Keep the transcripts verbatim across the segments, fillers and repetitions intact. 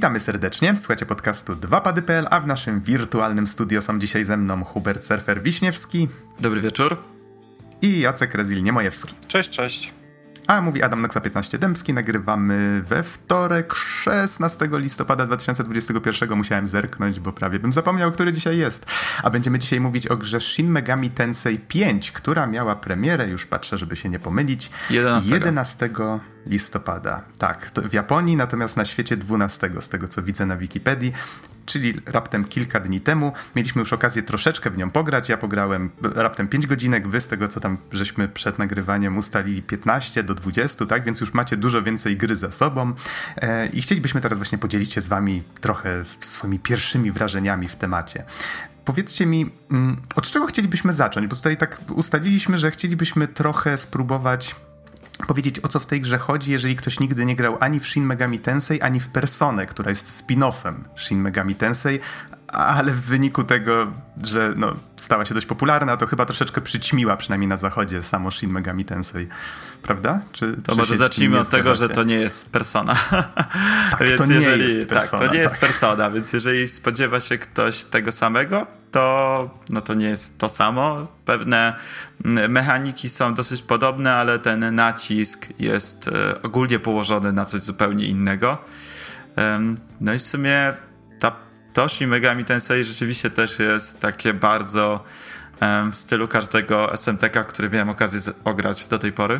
Witamy serdecznie, słuchajcie podcastu dwa pady kropka p l, a w naszym wirtualnym studio są dzisiaj ze mną Hubert Surfer-Wiśniewski. Dobry wieczór. I Jacek Rezil-Niemojewski. Cześć, cześć. A mówi Adam Noxa piętnaście Dębski. Nagrywamy we wtorek, szesnastego listopada dwa tysiące dwudziestego pierwszego. Musiałem zerknąć, bo prawie bym zapomniał, który dzisiaj jest. A będziemy dzisiaj mówić o grze Shin Megami Tensei pięć, która miała premierę, już patrzę, żeby się nie pomylić, jedenastego listopada. Tak, to w Japonii, natomiast na świecie dwunastego, z tego co widzę na Wikipedii, czyli raptem kilka dni temu. Mieliśmy już okazję troszeczkę w nią pograć. Ja pograłem raptem pięć godzinek, wy z tego co tam żeśmy przed nagrywaniem ustalili piętnaście do dwudziestu, tak? Więc już macie dużo więcej gry za sobą. E, I chcielibyśmy teraz właśnie podzielić się z wami trochę swoimi pierwszymi wrażeniami w temacie. Powiedzcie mi, od czego chcielibyśmy zacząć? Bo tutaj tak ustaliliśmy, że chcielibyśmy trochę spróbować powiedzieć, o co w tej grze chodzi, jeżeli ktoś nigdy nie grał ani w Shin Megami Tensei, ani w Personę, która jest spin-offem Shin Megami Tensei, ale w wyniku tego, że no, stała się dość popularna, to chyba troszeczkę przyćmiła, przynajmniej na zachodzie, samo Shin Megami Tensei. Prawda? Czy, to czy może zacznijmy od tego, że to nie jest Persona. Tak, więc to nie jeżeli, jest Persona. Tak, to nie tak. jest Persona, więc jeżeli spodziewa się ktoś tego samego, to, no to nie jest to samo. Pewne mechaniki są dosyć podobne, ale ten nacisk jest e, ogólnie położony na coś zupełnie innego. Um, no i w sumie ta, to Shin Megami Tensei rzeczywiście też jest takie bardzo um, w stylu każdego S M T ka, który miałem okazję z- ograć do tej pory.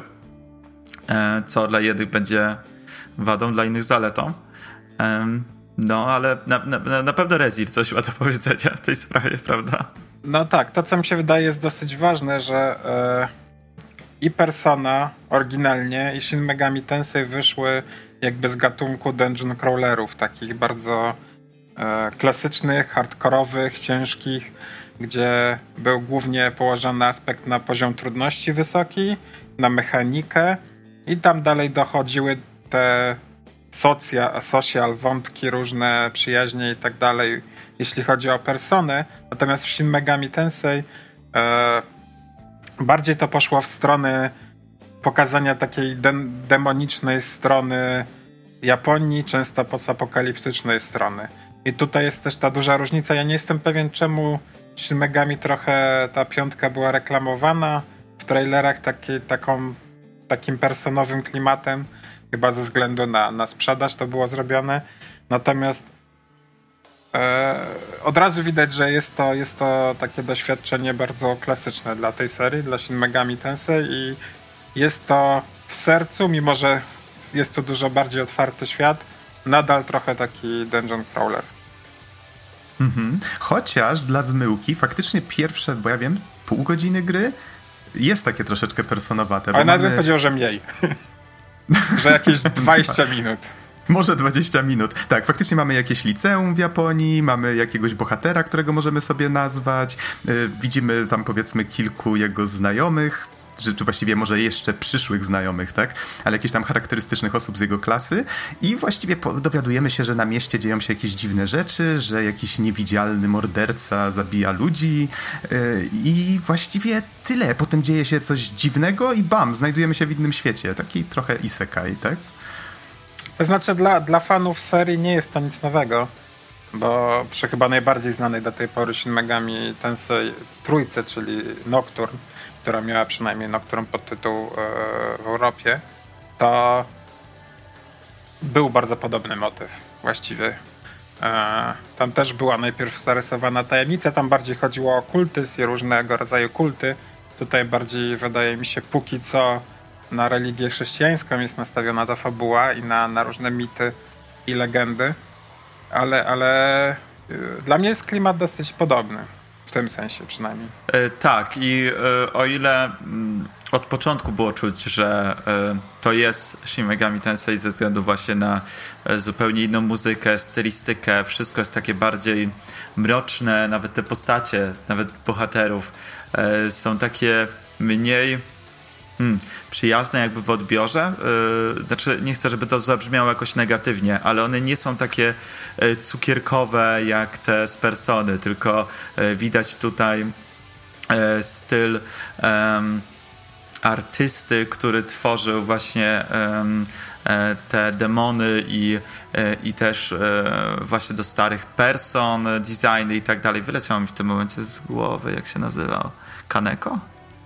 E, co dla jednych będzie wadą, dla innych zaletą. Um, No, ale na, na, na pewno Rezil coś ma do powiedzenia w tej sprawie, prawda? No tak, to co mi się wydaje jest dosyć ważne, że e, i Persona oryginalnie i Shin Megami Tensei wyszły jakby z gatunku dungeon crawlerów, takich bardzo e, klasycznych, hardkorowych, ciężkich, gdzie był głównie położony aspekt na poziom trudności wysoki, na mechanikę i tam dalej dochodziły te Socja, social, wątki różne, przyjaźnie i tak dalej, jeśli chodzi o Persony. Natomiast w Shin Megami Tensei e, bardziej to poszło w stronę pokazania takiej de- demonicznej strony Japonii, często postapokaliptycznej strony. I tutaj jest też ta duża różnica. Ja nie jestem pewien, czemu Shin Megami trochę ta piątka była reklamowana w trailerach taki, taką, takim personowym klimatem. Chyba ze względu na, na sprzedaż to było zrobione. Natomiast e, od razu widać, że jest to, jest to takie doświadczenie bardzo klasyczne dla tej serii, dla Shin Megami Tensei i jest to w sercu, mimo że jest to dużo bardziej otwarty świat, nadal trochę taki dungeon crawler. Mhm. Chociaż dla zmyłki faktycznie pierwsze, bo ja wiem, pół godziny gry jest takie troszeczkę personowate. Ale nawet mamy... bym powiedział, że mniej. Że jakieś dwadzieścia minut. Może dwadzieścia minut. Tak, faktycznie mamy jakieś liceum w Japonii, mamy jakiegoś bohatera, którego możemy sobie nazwać. Yy, widzimy tam powiedzmy kilku jego znajomych, czy, czy właściwie może jeszcze przyszłych znajomych, tak? Ale jakichś tam charakterystycznych osób z jego klasy i właściwie po- dowiadujemy się, że na mieście dzieją się jakieś dziwne rzeczy, że jakiś niewidzialny morderca zabija ludzi yy, i właściwie tyle. Potem dzieje się coś dziwnego i bam, znajdujemy się w innym świecie. Taki trochę isekai, tak? To znaczy dla, dla fanów serii nie jest to nic nowego, bo przy chyba najbardziej znanej do tej pory Shin Megami Tensei trójce, czyli Nocturne, która miała przynajmniej Nocturne podtytuł e, w Europie, to był bardzo podobny motyw właściwie. E, tam też była najpierw zarysowana tajemnica, tam bardziej chodziło o kultyzm i różnego rodzaju kulty. Tutaj bardziej, wydaje mi się, póki co na religię chrześcijańską jest nastawiona ta fabuła i na, na różne mity i legendy, ale, ale y, dla mnie jest klimat dosyć podobny. W tym sensie przynajmniej. E, tak i e, o ile m, od początku było czuć, że e, to jest Shin Megami Tensei ze względu właśnie na e, zupełnie inną muzykę, stylistykę, wszystko jest takie bardziej mroczne, nawet te postacie, nawet bohaterów e, są takie mniej Hmm, przyjazne jakby w odbiorze. Yy, znaczy nie chcę, żeby to zabrzmiało jakoś negatywnie, ale one nie są takie yy, cukierkowe jak te z Persony, tylko yy, widać tutaj yy, styl yy, artysty, który tworzył właśnie um, te demony i, i też właśnie do starych person, designy i tak dalej. Wyleciało mi w tym momencie z głowy, jak się nazywał? Kaneko?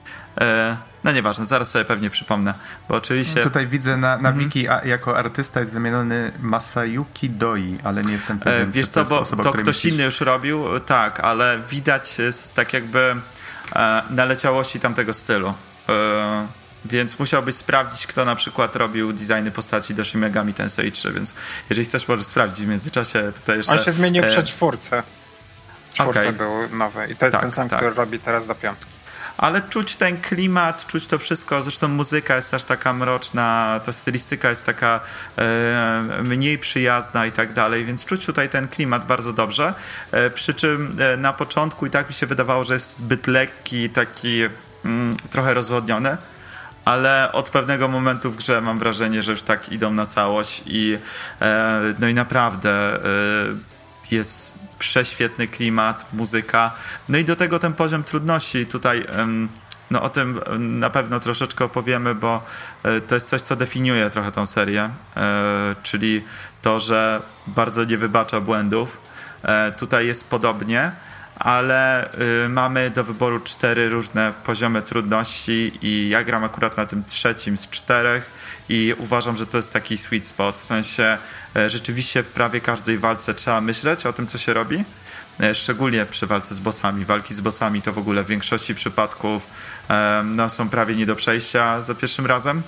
No nieważne, zaraz sobie pewnie przypomnę, bo oczywiście... Tutaj widzę na, na wiki a, jako artysta jest wymieniony Masayuki Doi, ale nie jestem pewien, Wiesz czy to co, jest bo osoba, to której ktoś myślisz? inny już robił, tak, ale widać z tak jakby e, naleciałości tamtego stylu. E, więc musiałbyś sprawdzić, kto na przykład robił designy postaci do Shin Megami Tensei trzy, więc jeżeli chcesz, możesz sprawdzić w międzyczasie tutaj jeszcze... On się zmienił e, przy czwórce. Czwórce okay. był nowy i to jest tak, ten sam, tak. który robi teraz do piątki. Ale czuć ten klimat, czuć to wszystko, zresztą muzyka jest też taka mroczna, ta stylistyka jest taka e, mniej przyjazna i tak dalej, więc czuć tutaj ten klimat bardzo dobrze, e, przy czym e, na początku i tak mi się wydawało, że jest zbyt lekki, taki mm, trochę rozwodniony, ale od pewnego momentu w grze mam wrażenie, że już tak idą na całość i e, no i naprawdę e, jest prześwietny klimat, muzyka, no i do tego ten poziom trudności tutaj, no o tym na pewno troszeczkę opowiemy, bo to jest coś, co definiuje trochę tą serię, czyli to, że bardzo nie wybacza błędów. Tutaj jest podobnie, ale mamy do wyboru cztery różne poziomy trudności i ja gram akurat na tym trzecim z czterech i uważam, że to jest taki sweet spot, w sensie rzeczywiście w prawie każdej walce trzeba myśleć o tym, co się robi, szczególnie przy walce z bossami. Walki z bossami to w ogóle w większości przypadków no, są prawie nie do przejścia za pierwszym razem.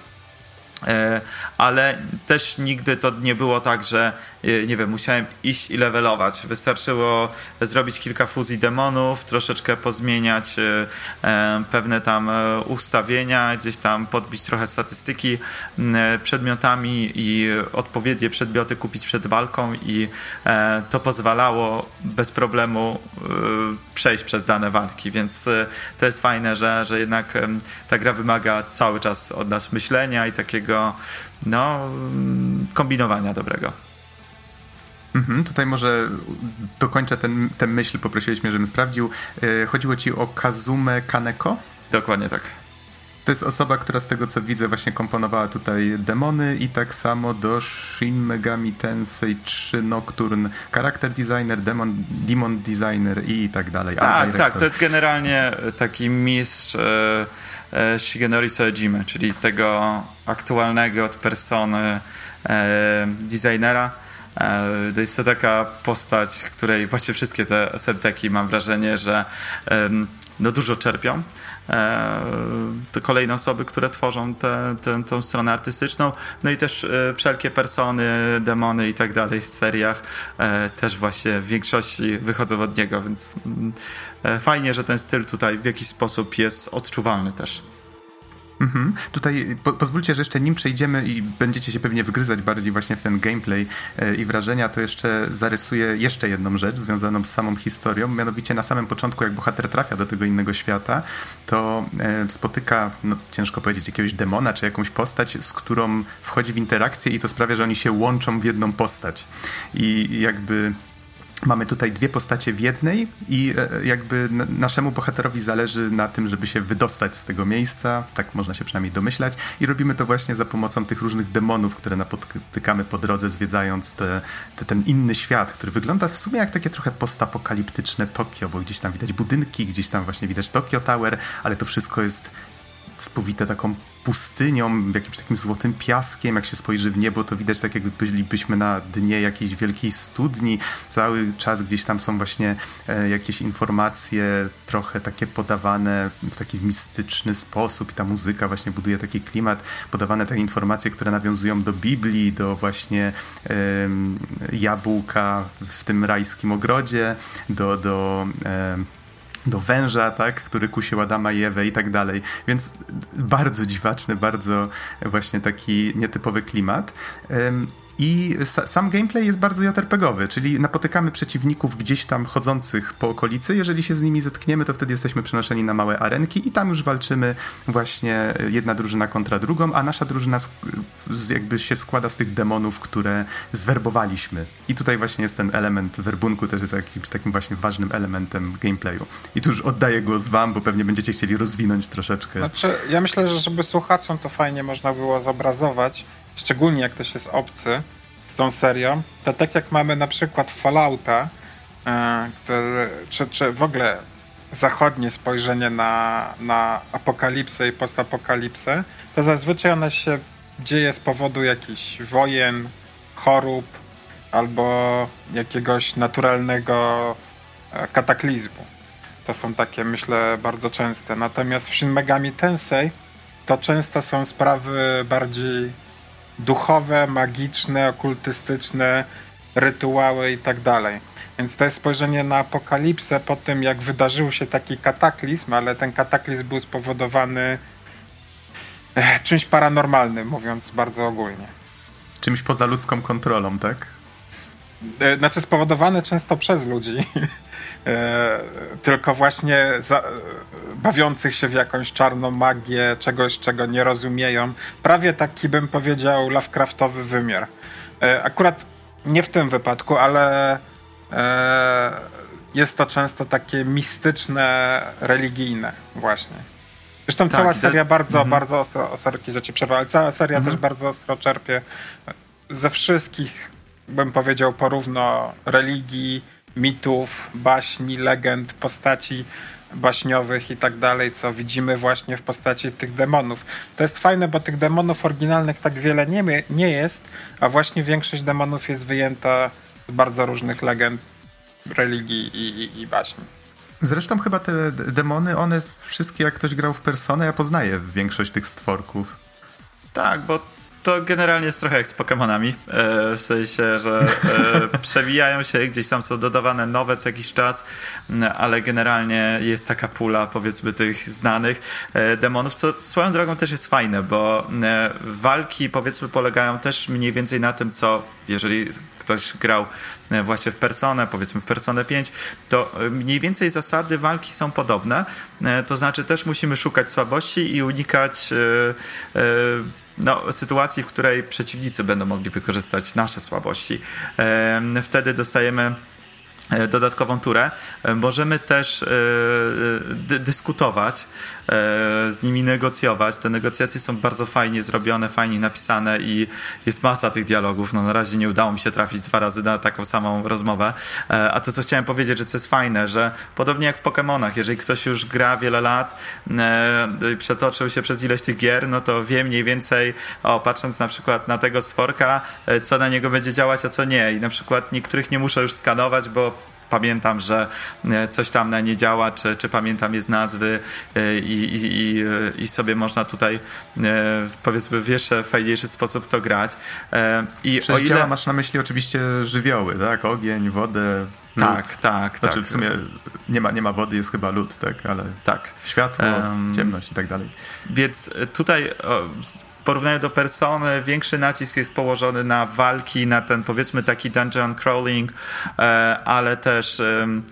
Ale też nigdy to nie było tak, że nie wiem, musiałem iść i levelować. Wystarczyło zrobić kilka fuzji demonów, troszeczkę pozmieniać pewne tam ustawienia, gdzieś tam podbić trochę statystyki przedmiotami i odpowiednie przedmioty kupić przed walką i to pozwalało bez problemu przejść przez dane walki, więc to jest fajne, że, że jednak ta gra wymaga cały czas od nas myślenia i takiego no, kombinowania dobrego. Mhm, tutaj może dokończę ten, tę myśl, poprosiłeś mnie, żebym sprawdził. Yy, chodziło ci o Kazumę Kaneko? Dokładnie tak. To jest osoba, która z tego co widzę właśnie komponowała tutaj demony i tak samo do Shin Megami Tensei trzy Nocturne character designer, demon, demon designer i tak dalej. Tak, tak, to jest generalnie taki mistrz e, e, Shigenori Soejimy, czyli tego aktualnego od persony e, designera. E, to jest to taka postać, której właśnie wszystkie te S M T-ki mam wrażenie, że e, no dużo czerpią. Te kolejne osoby, które tworzą tę te, te, stronę artystyczną, no i też e, wszelkie persony, demony i tak dalej w seriach e, też właśnie w większości wychodzą od niego, więc e, fajnie, że ten styl tutaj w jakiś sposób jest odczuwalny też. Mhm. Tutaj po, pozwólcie, że jeszcze nim przejdziemy i będziecie się pewnie wgryzać bardziej właśnie w ten gameplay e, i wrażenia, to jeszcze zarysuję jeszcze jedną rzecz związaną z samą historią, mianowicie na samym początku, jak bohater trafia do tego innego świata, to e, spotyka, no ciężko powiedzieć, jakiegoś demona czy jakąś postać, z którą wchodzi w interakcję i to sprawia, że oni się łączą w jedną postać. I jakby mamy tutaj dwie postacie w jednej i jakby naszemu bohaterowi zależy na tym, żeby się wydostać z tego miejsca, tak można się przynajmniej domyślać, i robimy to właśnie za pomocą tych różnych demonów, które napotykamy po drodze, zwiedzając te, te, ten inny świat, który wygląda w sumie jak takie trochę postapokaliptyczne Tokio, bo gdzieś tam widać budynki, gdzieś tam właśnie widać Tokyo Tower, ale to wszystko jest spowite taką pustynią, jakimś takim złotym piaskiem. Jak się spojrzy w niebo, to widać tak, jakby bylibyśmy na dnie jakiejś wielkiej studni. Cały czas gdzieś tam są właśnie e, jakieś informacje trochę takie podawane w taki mistyczny sposób i ta muzyka właśnie buduje taki klimat. Podawane takie informacje, które nawiązują do Biblii, do właśnie e, jabłka w tym rajskim ogrodzie, do, do e, do węża, tak, który kusił Adama i Ewę i tak dalej. Więc bardzo dziwaczny, bardzo właśnie taki nietypowy klimat. I sam gameplay jest bardzo J R P G owy, czyli napotykamy przeciwników gdzieś tam chodzących po okolicy. Jeżeli się z nimi zetkniemy, to wtedy jesteśmy przenoszeni na małe arenki i tam już walczymy właśnie jedna drużyna kontra drugą, a nasza drużyna jakby się składa z tych demonów, które zwerbowaliśmy. I tutaj właśnie jest ten element werbunku, też jest jakimś takim właśnie ważnym elementem gameplayu. I tu już oddaję głos wam, bo pewnie będziecie chcieli rozwinąć troszeczkę. Znaczy, ja myślę, że żeby słuchaczom to fajnie można było zobrazować. szczególnie jak ktoś jest obcy z tą serią, to tak jak mamy na przykład Fallouta, który, czy, czy w ogóle zachodnie spojrzenie na, na apokalipsę i postapokalipsę, to zazwyczaj ona się dzieje z powodu jakichś wojen, chorób albo jakiegoś naturalnego kataklizmu. To są takie, myślę, bardzo częste. Natomiast w Shin Megami Tensei to często są sprawy bardziej duchowe, magiczne, okultystyczne, rytuały i tak dalej. Więc to jest spojrzenie na apokalipsę po tym, jak wydarzył się taki kataklizm, ale ten kataklizm był spowodowany e, czymś paranormalnym, mówiąc bardzo ogólnie. Czymś poza ludzką kontrolą, tak? E, znaczy spowodowany często przez ludzi, e, tylko właśnie za, bawiących się w jakąś czarną magię, czegoś, czego nie rozumieją. Prawie taki, bym powiedział, Lovecraftowy wymiar. E, akurat nie w tym wypadku, ale jest to często takie mistyczne, religijne właśnie. Zresztą tak, cała seria to... bardzo, mm-hmm. bardzo ostro, sorki, że ci przerwę, ale cała seria mm-hmm. też bardzo ostro czerpie ze wszystkich, bym powiedział, porówno religii, mitów, baśni, legend, postaci baśniowych i tak dalej, co widzimy właśnie w postaci tych demonów. To jest fajne, bo tych demonów oryginalnych tak wiele nie, nie jest, a właśnie większość demonów jest wyjęta z bardzo różnych legend, religii i, i, i baśni. Zresztą chyba te demony, one wszystkie, jak ktoś grał w Personę, ja poznaję większość tych stworków. Tak, bo to generalnie jest trochę jak z Pokemonami, e, w sensie, że e, przewijają się, gdzieś tam są dodawane nowe co jakiś czas, ale generalnie jest taka pula, powiedzmy, tych znanych e, demonów, co swoją drogą też jest fajne, bo e, walki, powiedzmy, polegają też mniej więcej na tym, co jeżeli ktoś grał właśnie w Personę, powiedzmy w Personę pięć, to mniej więcej zasady walki są podobne, e, to znaczy też musimy szukać słabości i unikać e, e, No, sytuacji, w której przeciwnicy będą mogli wykorzystać nasze słabości. Wtedy dostajemy dodatkową turę. Możemy też dy- dyskutować z nimi, negocjować. Te negocjacje są bardzo fajnie zrobione, fajnie napisane i jest masa tych dialogów. No, na razie nie udało mi się trafić dwa razy na taką samą rozmowę. A to, co chciałem powiedzieć, że co jest fajne, że podobnie jak w Pokemonach, jeżeli ktoś już gra wiele lat, przetoczył się przez ileś tych gier, no to wie mniej więcej, o, patrząc na przykład na tego stworka, co na niego będzie działać, a co nie. I na przykład niektórych nie muszę już skanować, bo pamiętam, że coś tam na nie działa, czy, czy pamiętam je z nazwy i, i, i, i sobie można tutaj, powiedzmy, w jeszcze fajniejszy sposób to grać. I Przez o ile... działa masz na myśli oczywiście żywioły, tak? Ogień, wodę, lód. Tak, tak. Znaczy tak. w sumie nie ma, nie ma wody, jest chyba lód, tak? Ale tak. Światło, um, ciemność i tak dalej. Więc tutaj... O, w porównaniu do Persony większy nacisk jest położony na walki, na ten, powiedzmy, taki dungeon crawling, ale też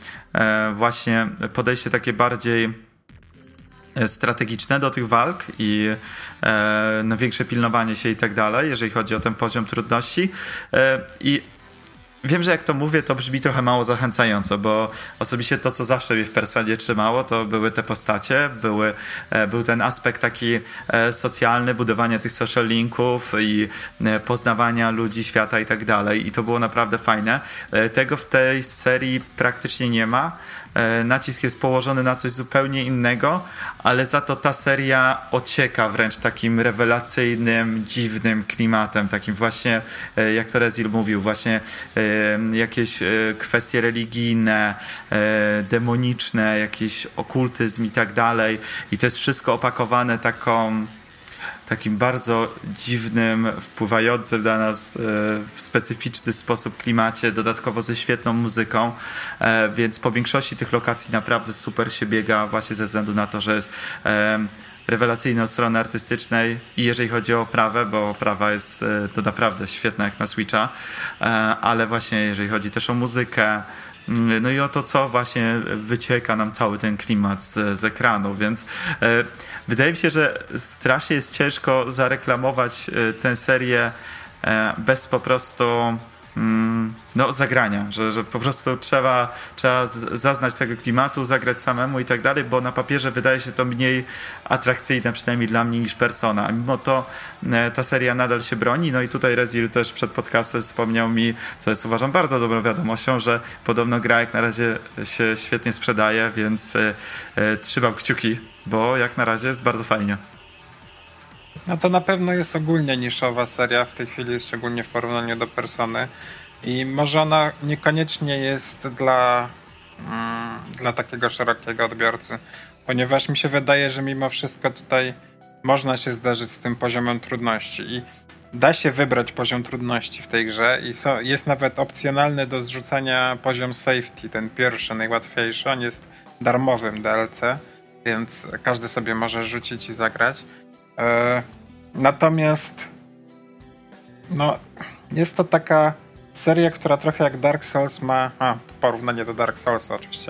właśnie podejście takie bardziej strategiczne do tych walk i na większe pilnowanie się i tak dalej, jeżeli chodzi o ten poziom trudności. I wiem, że jak to mówię, to brzmi trochę mało zachęcająco, bo osobiście to, co zawsze mnie w Personie trzymało, to były te postacie, były, był ten aspekt taki socjalny, budowania tych social linków i poznawania ludzi, świata i tak dalej. I to było naprawdę fajne. Tego w tej serii praktycznie nie ma. Nacisk jest położony na coś zupełnie innego, ale za to ta seria ocieka wręcz takim rewelacyjnym, dziwnym klimatem, takim właśnie, jak to Rezil mówił, właśnie jakieś kwestie religijne, demoniczne, jakiś okultyzm i tak dalej. I to jest wszystko opakowane taką takim bardzo dziwnym, wpływającym na nas e, w specyficzny sposób klimacie, dodatkowo ze świetną muzyką, e, więc po większości tych lokacji naprawdę super się biega, właśnie ze względu na to, że jest e, rewelacyjne od strony artystycznej i jeżeli chodzi o oprawę, bo oprawa jest e, to naprawdę świetna jak na Switcha, e, ale właśnie jeżeli chodzi też o muzykę, no i o to, co właśnie wycieka nam cały ten klimat z, z ekranu, więc e, wydaje mi się, że strasznie jest ciężko zareklamować e, tę serię e, bez po prostu mm, no, zagrania, że, że po prostu trzeba, trzeba zaznać tego klimatu, zagrać samemu i tak dalej, bo na papierze wydaje się to mniej atrakcyjne, przynajmniej dla mnie, niż Persona. A mimo to e, ta seria nadal się broni, no i tutaj Rezil też przed podcastem wspomniał mi, co jest uważam bardzo dobrą wiadomością, że podobno gra jak na razie się świetnie sprzedaje, więc e, e, trzymam kciuki, bo jak na razie jest bardzo fajnie. No to na pewno jest ogólnie niszowa seria w tej chwili, szczególnie w porównaniu do Persony. I może ona niekoniecznie jest dla, mm, dla takiego szerokiego odbiorcy, ponieważ mi się wydaje, że mimo wszystko tutaj można się zderzyć z tym poziomem trudności i da się wybrać poziom trudności w tej grze i so, jest nawet opcjonalny do zrzucania poziom safety, ten pierwszy, najłatwiejszy, on jest darmowym D L C, więc każdy sobie może rzucić i zagrać. E, natomiast no, jest to taka seria, która trochę jak Dark Souls ma... A, porównanie do Dark Soulsa oczywiście.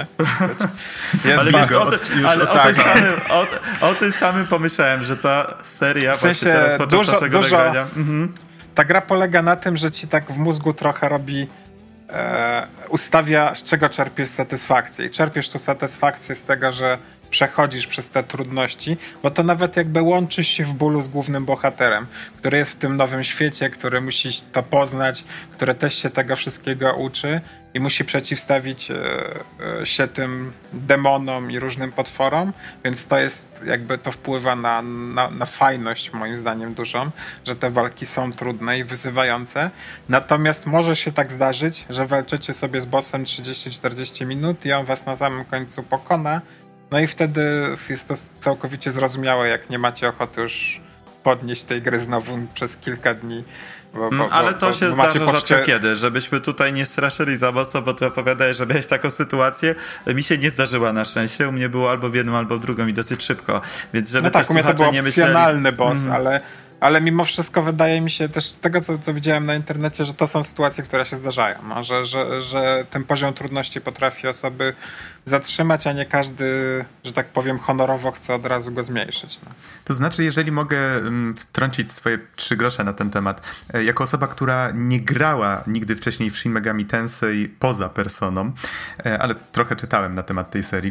Jest ale wiesz, o, ty, ale o, tak, tym samym, o, o tym samym pomyślałem, że ta seria w sensie właśnie teraz podczas dużo, naszego dużo, nagrania... Mhm. Ta gra polega na tym, że ci tak w mózgu trochę robi... E, ustawia, z czego czerpiesz satysfakcję. I czerpiesz tu satysfakcję z tego, że przechodzisz przez te trudności, bo to nawet jakby łączysz się w bólu z głównym bohaterem, który jest w tym nowym świecie, który musi to poznać, który też się tego wszystkiego uczy i musi przeciwstawić e, się tym demonom i różnym potworom, więc to jest jakby to wpływa na, na, na fajność moim zdaniem dużą, że te walki są trudne i wyzywające. Natomiast może się tak zdarzyć, że walczycie sobie z bossem trzydzieści czterdzieści minut i on was na samym końcu pokona. No i wtedy jest to całkowicie zrozumiałe, jak nie macie ochoty już podnieść tej gry znowu przez kilka dni. Bo, bo, Ale to bo, się bo zdarza poczucie... rzadko kiedy, żebyśmy tutaj nie straszyli za mocno, bo ty opowiadałeś, że miałeś taką sytuację. Mi się nie zdarzyła na szczęście, u mnie było albo w jedną, albo w drugą i dosyć szybko. Więc żeby no tak, też u mnie to był nie opcjonalny myśleli... boss, mm. ale... Ale mimo wszystko wydaje mi się też z tego, co, co widziałem na internecie, że to są sytuacje, które się zdarzają. No, że, że, że ten poziom trudności potrafi osoby zatrzymać, a nie każdy, że tak powiem, honorowo chce od razu go zmniejszyć. No. To znaczy, jeżeli mogę wtrącić swoje trzy grosze na ten temat, jako osoba, która nie grała nigdy wcześniej w Shin Megami Tensei poza Personą, ale trochę czytałem na temat tej serii,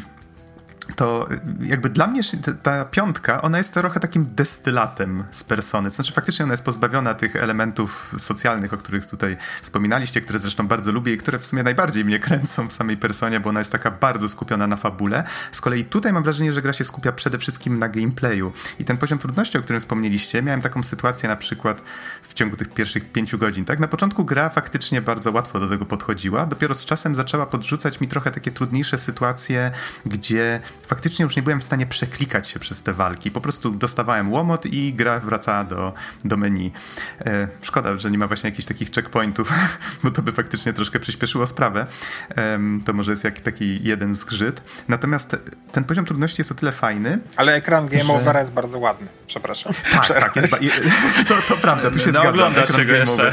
to jakby dla mnie ta piątka, ona jest trochę takim destylatem z Persony. Znaczy faktycznie ona jest pozbawiona tych elementów socjalnych, o których tutaj wspominaliście, które zresztą bardzo lubię i które w sumie najbardziej mnie kręcą w samej Personie, bo ona jest taka bardzo skupiona na fabule. Z kolei tutaj mam wrażenie, że gra się skupia przede wszystkim na gameplayu. I ten poziom trudności, o którym wspomnieliście, miałem taką sytuację na przykład w ciągu tych pierwszych pięciu godzin. Tak? Na początku gra faktycznie bardzo łatwo do tego podchodziła. Dopiero z czasem zaczęła podrzucać mi trochę takie trudniejsze sytuacje, gdzie faktycznie już nie byłem w stanie przeklikać się przez te walki. Po prostu dostawałem łomot i gra wracała do, do menu. E, szkoda, że nie ma właśnie jakichś takich checkpointów, bo to by faktycznie troszkę przyspieszyło sprawę. E, to może jest jak taki jeden zgrzyt. Natomiast ten poziom trudności jest o tyle fajny. Ale ekran Game że... Overa jest bardzo ładny. Przepraszam. Tak, tak. Jest ba- to, to prawda, tu się no, zgadzam. Ekran Game Over.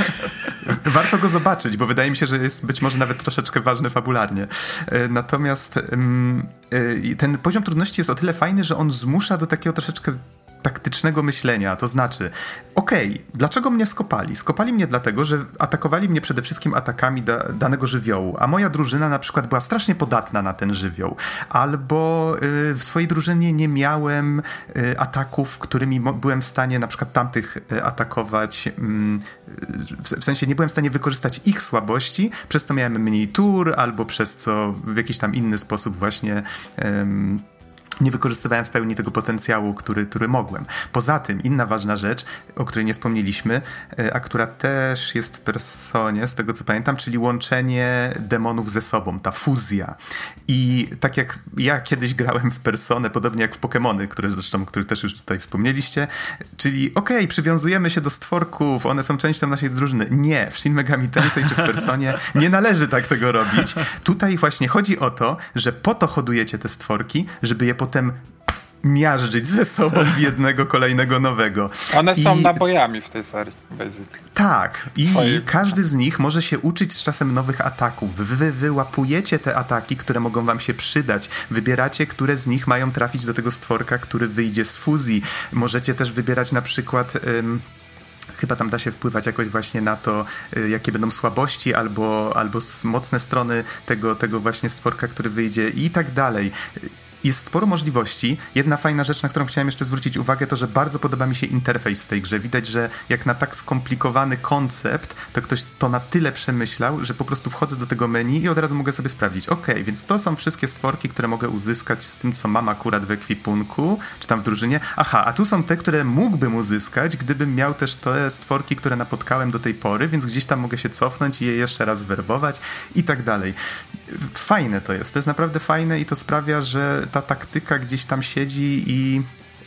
Warto go zobaczyć, bo wydaje mi się, że jest być może nawet troszeczkę ważny fabularnie. E, natomiast um, e, ten poziom trudności jest o tyle fajny, że on zmusza do takiego troszeczkę taktycznego myślenia, to znaczy okej, okay, dlaczego mnie skopali? Skopali mnie dlatego, że atakowali mnie przede wszystkim atakami da, danego żywiołu, a moja drużyna na przykład była strasznie podatna na ten żywioł, albo y, w swojej drużynie nie miałem y, ataków, którymi mo- byłem w stanie na przykład tamtych y, atakować, y, w, w sensie nie byłem w stanie wykorzystać ich słabości, przez co miałem mniej tur, albo przez co w jakiś tam inny sposób właśnie y, nie wykorzystywałem w pełni tego potencjału, który, który mogłem. Poza tym, inna ważna rzecz, o której nie wspomnieliśmy, a która też jest w Personie, z tego co pamiętam, czyli łączenie demonów ze sobą, ta fuzja. I tak jak ja kiedyś grałem w Personę, podobnie jak w Pokemony, które zresztą, o których też już tutaj wspomnieliście, czyli okej, okay, przywiązujemy się do stworków, one są częścią naszej drużyny. Nie, w Shin Megami Tensei czy w Personie nie należy tak tego robić. Tutaj właśnie chodzi o to, że po to hodujecie te stworki, żeby je potem miażdżyć ze sobą w jednego kolejnego nowego. One są I... nabojami w tej serii, basically. Tak. I Twoje... każdy z nich może się uczyć z czasem nowych ataków. Wy wyłapujecie te ataki, które mogą wam się przydać. Wybieracie, które z nich mają trafić do tego stworka, który wyjdzie z fuzji. Możecie też wybierać na przykład... Ym... Chyba tam da się wpływać jakoś właśnie na to, jakie będą słabości albo, albo mocne strony tego, tego właśnie stworka, który wyjdzie i tak dalej. Jest sporo możliwości. Jedna fajna rzecz, na którą chciałem jeszcze zwrócić uwagę, to, że bardzo podoba mi się interfejs w tej grze. Widać, że jak na tak skomplikowany koncept, to ktoś to na tyle przemyślał, że po prostu wchodzę do tego menu i od razu mogę sobie sprawdzić. Okej, okay, więc to są wszystkie stworki, które mogę uzyskać z tym, co mam akurat w ekwipunku, czy tam w drużynie. Aha, a tu są te, które mógłbym uzyskać, gdybym miał też te stworki, które napotkałem do tej pory, więc gdzieś tam mogę się cofnąć i je jeszcze raz werbować i tak dalej. Fajne to jest. To jest naprawdę fajne i to sprawia, że ta taktyka gdzieś tam siedzi i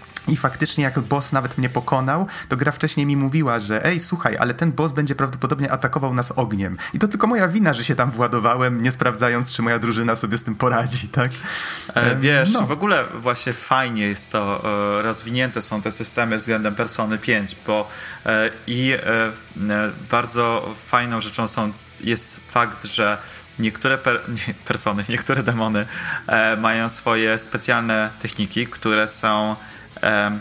I faktycznie jak boss nawet mnie pokonał, to gra wcześniej mi mówiła, że ej, słuchaj, ale ten boss będzie prawdopodobnie atakował nas ogniem. I to tylko moja wina, że się tam władowałem, nie sprawdzając, czy moja drużyna sobie z tym poradzi, tak? E, wiesz, no. w ogóle właśnie fajnie jest to, e, rozwinięte są te systemy względem Persony pięć, bo e, i e, e, bardzo fajną rzeczą są, jest fakt, że niektóre per, nie, persony, niektóre demony e, mają swoje specjalne techniki, które są e,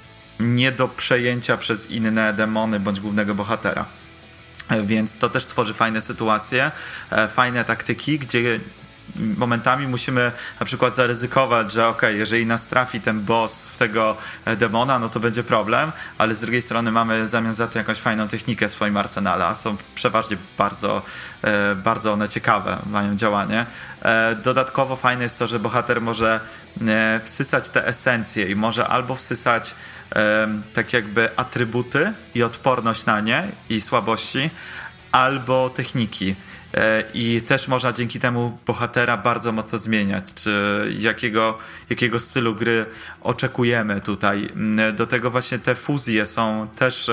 nie do przejęcia przez inne demony bądź głównego bohatera. E, więc to też tworzy fajne sytuacje, e, fajne taktyki, gdzie momentami musimy na przykład zaryzykować, że okej, okay, jeżeli nas trafi ten boss w tego demona, no to będzie problem, ale z drugiej strony mamy zamiast za to jakąś fajną technikę w swoim arsenale, a są przeważnie bardzo, bardzo one ciekawe, mają działanie. Dodatkowo fajne jest to, że bohater może wsysać te esencje i może albo wsysać tak jakby atrybuty i odporność na nie i słabości, albo techniki. I też można dzięki temu bohatera bardzo mocno zmieniać, czy jakiego, jakiego stylu gry oczekujemy tutaj. Do tego właśnie te fuzje są też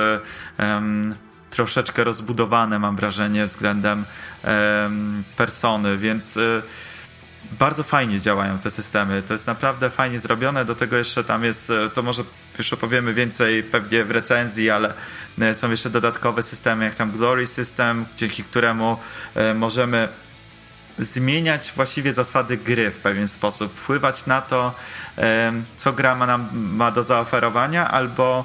um, troszeczkę rozbudowane, mam wrażenie, względem um, persony, więc um, bardzo fajnie działają te systemy. To jest naprawdę fajnie zrobione. Do tego jeszcze tam jest, to może już opowiemy więcej pewnie w recenzji, ale są jeszcze dodatkowe systemy, jak tam Glory System, dzięki któremu możemy zmieniać właściwie zasady gry w pewien sposób, wpływać na to, co gra ma nam ma do zaoferowania, albo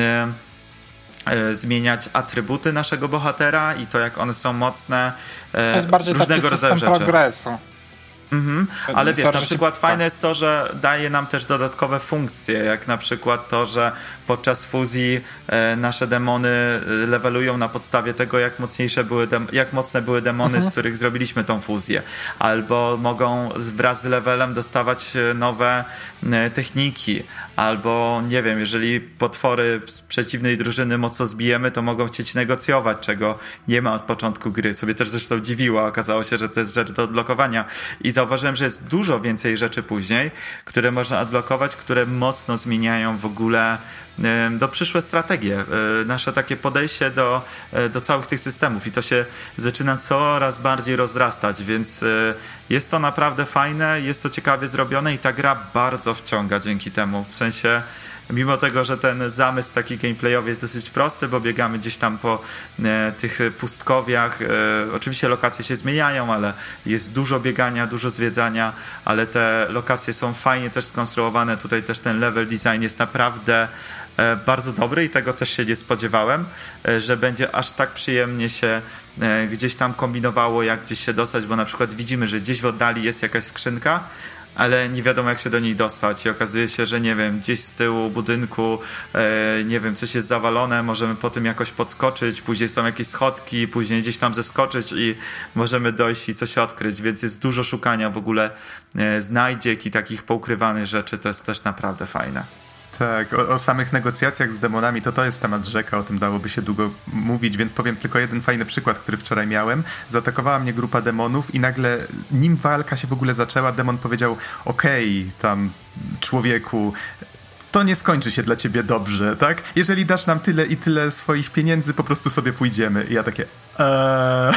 zmieniać atrybuty naszego bohatera i to, jak one są mocne, to jest bardziej różnego taki rodzaju system rzeczy. Progresu. Mhm. Ale wiesz, na przykład się... fajne jest to, że daje nam też dodatkowe funkcje, jak na przykład to, że podczas fuzji e, nasze demony levelują na podstawie tego, jak mocniejsze były dem- jak mocne były demony, mhm. z których zrobiliśmy tą fuzję. Albo mogą wraz z levelem dostawać nowe e, techniki. Albo, nie wiem, jeżeli potwory z przeciwnej drużyny mocno zbijemy, to mogą chcieć negocjować, czego nie ma od początku gry. Sobie też zresztą dziwiło, okazało się, że to jest rzecz do odblokowania. I zauważyłem, że jest dużo więcej rzeczy później, które można odblokować, które mocno zmieniają w ogóle y, do przyszłe strategie, y, nasze takie podejście do, y, do całych tych systemów i to się zaczyna coraz bardziej rozrastać, więc y, jest to naprawdę fajne, jest to ciekawie zrobione i ta gra bardzo wciąga dzięki temu, w sensie mimo tego, że ten zamysł taki gameplayowy jest dosyć prosty, bo biegamy gdzieś tam po e, tych pustkowiach. E, oczywiście lokacje się zmieniają, ale jest dużo biegania, dużo zwiedzania, ale te lokacje są fajnie też skonstruowane. Tutaj też ten level design jest naprawdę e, bardzo dobry i tego też się nie spodziewałem, e, że będzie aż tak przyjemnie się e, gdzieś tam kombinowało, jak gdzieś się dostać, bo na przykład widzimy, że gdzieś w oddali jest jakaś skrzynka, ale nie wiadomo, jak się do niej dostać i okazuje się, że nie wiem, gdzieś z tyłu budynku e, nie wiem, coś jest zawalone, możemy po tym jakoś podskoczyć, później są jakieś schodki, później gdzieś tam zeskoczyć i możemy dojść i coś odkryć, więc jest dużo szukania w ogóle e, znajdziek i takich poukrywanych rzeczy, to jest też naprawdę fajne. Tak, o, o samych negocjacjach z demonami, to to jest temat rzeka, o tym dałoby się długo mówić, więc powiem tylko jeden fajny przykład, który wczoraj miałem. Zaatakowała mnie grupa demonów i nagle, nim walka się w ogóle zaczęła, demon powiedział: okej, okay, tam człowieku, to nie skończy się dla ciebie dobrze, tak? Jeżeli dasz nam tyle i tyle swoich pieniędzy, po prostu sobie pójdziemy. I ja takie... Eee...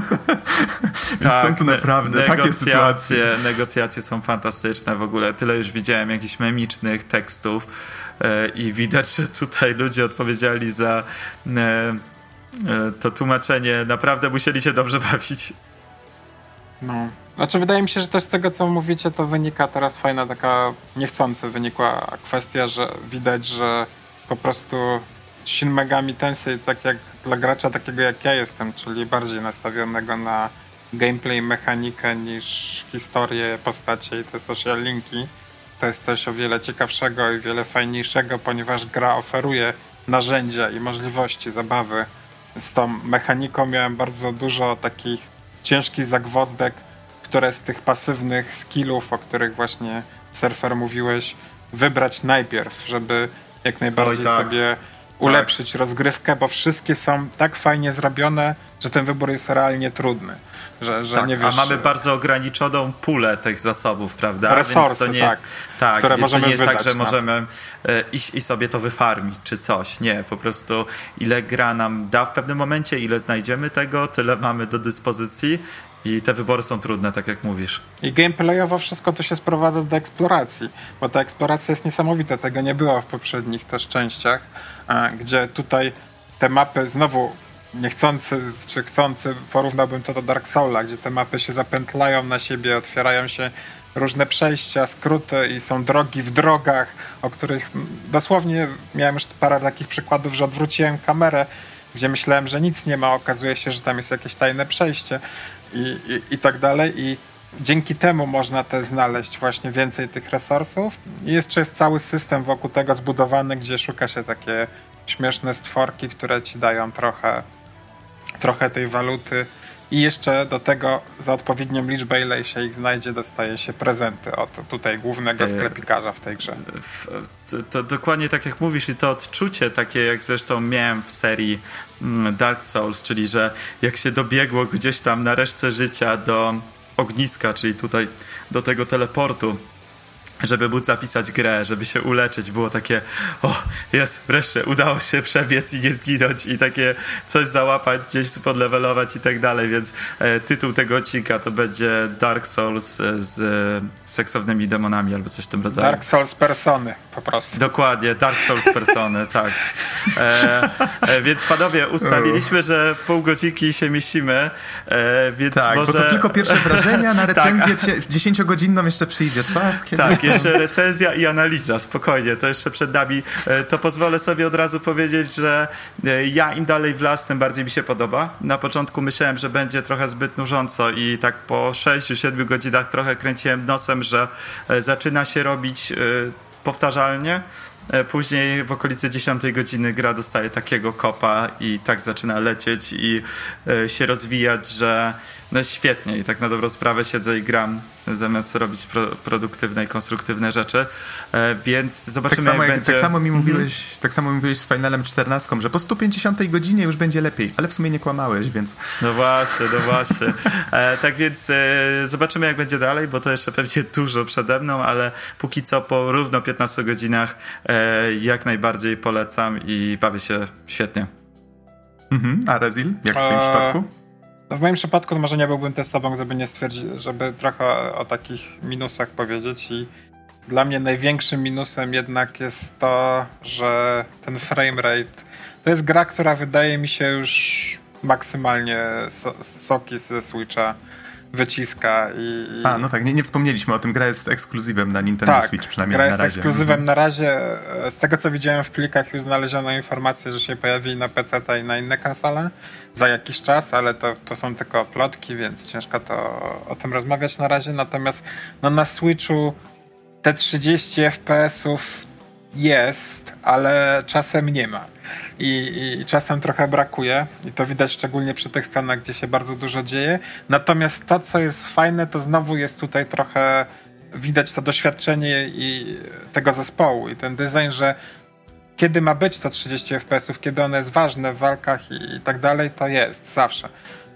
Więc tak, są tu naprawdę ne- takie sytuacje. Negocjacje są fantastyczne w ogóle. Tyle już widziałem jakichś memicznych tekstów yy, i widać, że tutaj ludzie odpowiedzieli za yy, yy, to tłumaczenie. Naprawdę musieli się dobrze bawić. No. Znaczy wydaje mi się, że też z tego, co mówicie, to wynika teraz fajna taka niechcący wynikła kwestia, że widać, że po prostu Shin Megami Tensei, tak jak dla gracza takiego jak ja jestem, czyli bardziej nastawionego na gameplay, mechanikę niż historię, postacie i te social linki, to jest coś o wiele ciekawszego i wiele fajniejszego, ponieważ gra oferuje narzędzia i możliwości zabawy z tą mechaniką. Miałem bardzo dużo takich ciężkich zagwozdek, które z tych pasywnych skillów, o których właśnie Surfer mówiłeś, wybrać najpierw, żeby jak najbardziej Oj, tak. sobie ulepszyć tak. rozgrywkę, bo wszystkie są tak fajnie zrobione, że ten wybór jest realnie trudny. Że, że tak, nie wiesz, a mamy bardzo ograniczoną pulę tych zasobów, prawda? Resursy, więc to nie tak, jest, tak, które więc możemy to nie jest wydać, tak, że no. możemy y, iść i sobie to wyfarmić, czy coś. Nie, po prostu ile gra nam da w pewnym momencie, ile znajdziemy tego, tyle mamy do dyspozycji i te wybory są trudne, tak jak mówisz. I gameplayowo wszystko to się sprowadza do eksploracji, bo ta eksploracja jest niesamowita, tego nie było w poprzednich też częściach, gdzie tutaj te mapy znowu niechcący czy chcący porównałbym to do Dark Soul'a, gdzie te mapy się zapętlają na siebie, otwierają się różne przejścia, skróty i są drogi w drogach, o których dosłownie miałem już parę takich przykładów, że odwróciłem kamerę, gdzie myślałem, że nic nie ma, okazuje się, że tam jest jakieś tajne przejście i, i, i tak dalej i dzięki temu można też znaleźć właśnie więcej tych resursów i jeszcze jest cały system wokół tego zbudowany, gdzie szuka się takie śmieszne stworki, które ci dają trochę trochę tej waluty i jeszcze do tego za odpowiednią liczbę, ile się ich znajdzie, dostaje się prezenty od tutaj głównego sklepikarza w tej grze. To, to dokładnie tak jak mówisz i to odczucie takie jak zresztą miałem w serii Dark Souls, czyli że jak się dobiegło gdzieś tam na resztce życia do ogniska, czyli tutaj do tego teleportu, żeby móc zapisać grę, żeby się uleczyć, było takie o, jest, wreszcie udało się przebiec i nie zginąć i takie coś załapać, gdzieś podlevelować i tak dalej, więc e, tytuł tego odcinka to będzie Dark Souls z e, seksownymi demonami albo coś w tym rodzaju. Dark Souls persony po prostu. Dokładnie, Dark Souls persony, tak. E, e, więc panowie, ustaliliśmy, że pół godzinki się mieścimy, e, więc tak, może... bo to tylko pierwsze wrażenia, na recenzję tak. dziesięciogodzinną jeszcze przyjdzie czas. Kiedy... Tak, jeszcze recenzja i analiza, spokojnie, to jeszcze przed nami. To pozwolę sobie od razu powiedzieć, że ja im dalej w las, tym bardziej mi się podoba. Na początku myślałem, że będzie trochę zbyt nużąco i tak po sześciu siedmiu godzinach trochę kręciłem nosem, że zaczyna się robić powtarzalnie. Później w okolicy dziesiątej godziny gra dostaje takiego kopa i tak zaczyna lecieć i się rozwijać, że no świetnie i tak na dobrą sprawę siedzę i gram zamiast robić pro, produktywne i konstruktywne rzeczy, e, więc zobaczymy tak samo, jak, jak będzie... Tak samo mi mówiłeś, mm-hmm. tak samo mi mówiłeś z Finalem czternastką, że po stu pięćdziesiątej godzinie już będzie lepiej, ale w sumie nie kłamałeś, więc... No właśnie, no właśnie. E, tak więc e, zobaczymy jak będzie dalej, bo to jeszcze pewnie dużo przede mną, ale póki co po równo piętnastu godzinach e, jak najbardziej polecam i bawię się świetnie. Mhm. A Rezil, jak w twoim A... przypadku? No w moim przypadku może nie byłbym też sobą, żeby nie stwierdzić, żeby trochę o, o takich minusach powiedzieć i dla mnie największym minusem jednak jest to, że ten framerate to jest gra, która wydaje mi się już maksymalnie so, soki ze Switcha wyciska i... A, no tak, nie, nie wspomnieliśmy o tym, gra jest ekskluzywem na Nintendo tak, Switch przynajmniej na razie. gra jest ekskluzywem mhm. na razie. Z tego co widziałem w plikach już znaleziono informację, że się pojawi na P C i na inne konsole za jakiś czas, ale to, to są tylko plotki, więc ciężko to o tym rozmawiać na razie. Natomiast no, na Switchu te trzydzieści F P S ów jest, ale czasem nie ma. I, I czasem trochę brakuje i to widać szczególnie przy tych scenach, gdzie się bardzo dużo dzieje. Natomiast to, co jest fajne, to znowu jest tutaj trochę widać to doświadczenie i tego zespołu i ten design, że kiedy ma być to trzydzieści F P S ów, kiedy ono jest ważne w walkach i, i tak dalej, to jest zawsze.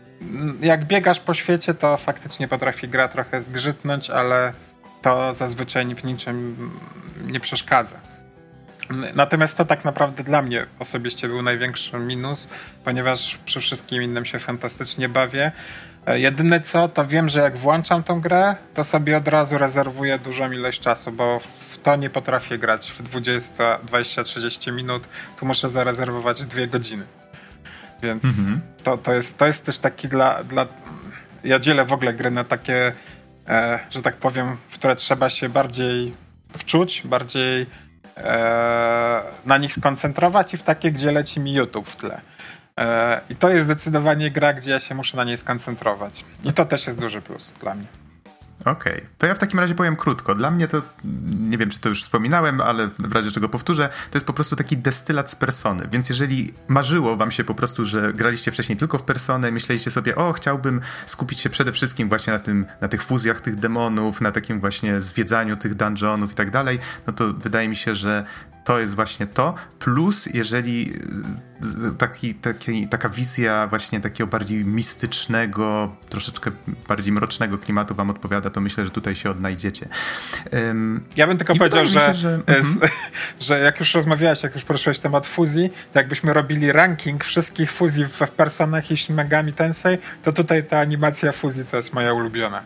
Jak biegasz po świecie, to faktycznie potrafi gra trochę zgrzytnąć, ale to zazwyczaj w niczym nie przeszkadza. Natomiast to tak naprawdę dla mnie osobiście był największy minus, ponieważ przy wszystkim innym się fantastycznie bawię. Jedyne co, to wiem, że jak włączam tą grę, to sobie od razu rezerwuję dużą ilość czasu, bo w to nie potrafię grać w dwadzieścia, dwadzieścia trzydzieści minut, tu muszę zarezerwować dwie godziny. Więc mhm. to, to, jest, to jest też taki dla, dla... Ja dzielę w ogóle gry na takie, e, że tak powiem, w które trzeba się bardziej wczuć, bardziej e, na nich skoncentrować i w takie, gdzie leci mi YouTube w tle. E, I to jest zdecydowanie gra, gdzie ja się muszę na niej skoncentrować. I to też jest duży plus dla mnie. Okej, okay. To ja w takim razie powiem krótko. Dla mnie to, nie wiem czy to już wspominałem, ale w razie czego powtórzę, to jest po prostu taki destylat z Persony, więc jeżeli marzyło wam się po prostu, że graliście wcześniej tylko w Personę, myśleliście sobie, o, chciałbym skupić się przede wszystkim właśnie na tym, na tych fuzjach tych demonów, na takim właśnie zwiedzaniu tych dungeonów i tak dalej, no to wydaje mi się, że to jest właśnie to, plus jeżeli taki, taki, taka wizja właśnie takiego bardziej mistycznego, troszeczkę bardziej mrocznego klimatu wam odpowiada, to myślę, że tutaj się odnajdziecie. Um, ja bym tylko powiedział, że, się, że, z, że jak już rozmawiałeś, jak już poruszyłeś temat fuzji, to jakbyśmy robili ranking wszystkich fuzji w Personach i Shin Megami Tensei, to tutaj ta animacja fuzji to jest moja ulubiona.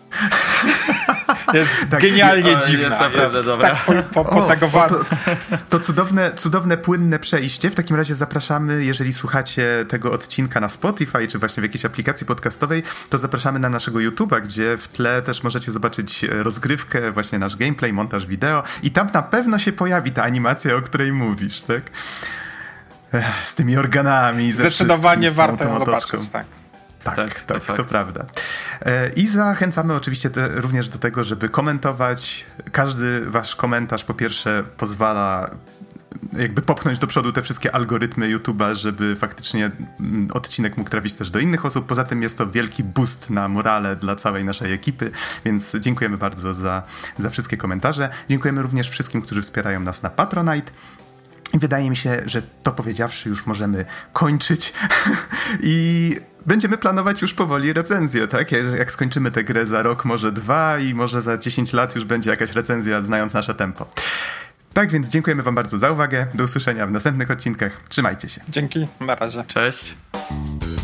Jest tak, genialnie o, dziwna. Jest naprawdę dobra. Tak po, po, potagowana. To, to, to cudowne, cudowne, płynne przejście. W takim razie zapraszamy, jeżeli słuchacie tego odcinka na Spotify, czy właśnie w jakiejś aplikacji podcastowej, to zapraszamy na naszego YouTube'a, gdzie w tle też możecie zobaczyć rozgrywkę, właśnie nasz gameplay, montaż wideo i tam na pewno się pojawi ta animacja, o której mówisz, tak? Ech, z tymi organami, ze zdecydowanie warto ją zobaczyć, tak. Tak, tak, tak, to, to prawda. I zachęcamy oczywiście te, również do tego, żeby komentować. Każdy wasz komentarz po pierwsze pozwala jakby popchnąć do przodu te wszystkie algorytmy YouTube'a, żeby faktycznie odcinek mógł trafić też do innych osób. Poza tym jest to wielki boost na morale dla całej naszej ekipy, więc dziękujemy bardzo za, za wszystkie komentarze. Dziękujemy również wszystkim, którzy wspierają nas na Patronite. I wydaje mi się, że to powiedziawszy już możemy kończyć i będziemy planować już powoli recenzję, tak? Jak skończymy tę grę za rok, może dwa i może za dziesięć lat już będzie jakaś recenzja, znając nasze tempo. Tak więc dziękujemy wam bardzo za uwagę. Do usłyszenia w następnych odcinkach. Trzymajcie się. Dzięki, na razie. Cześć.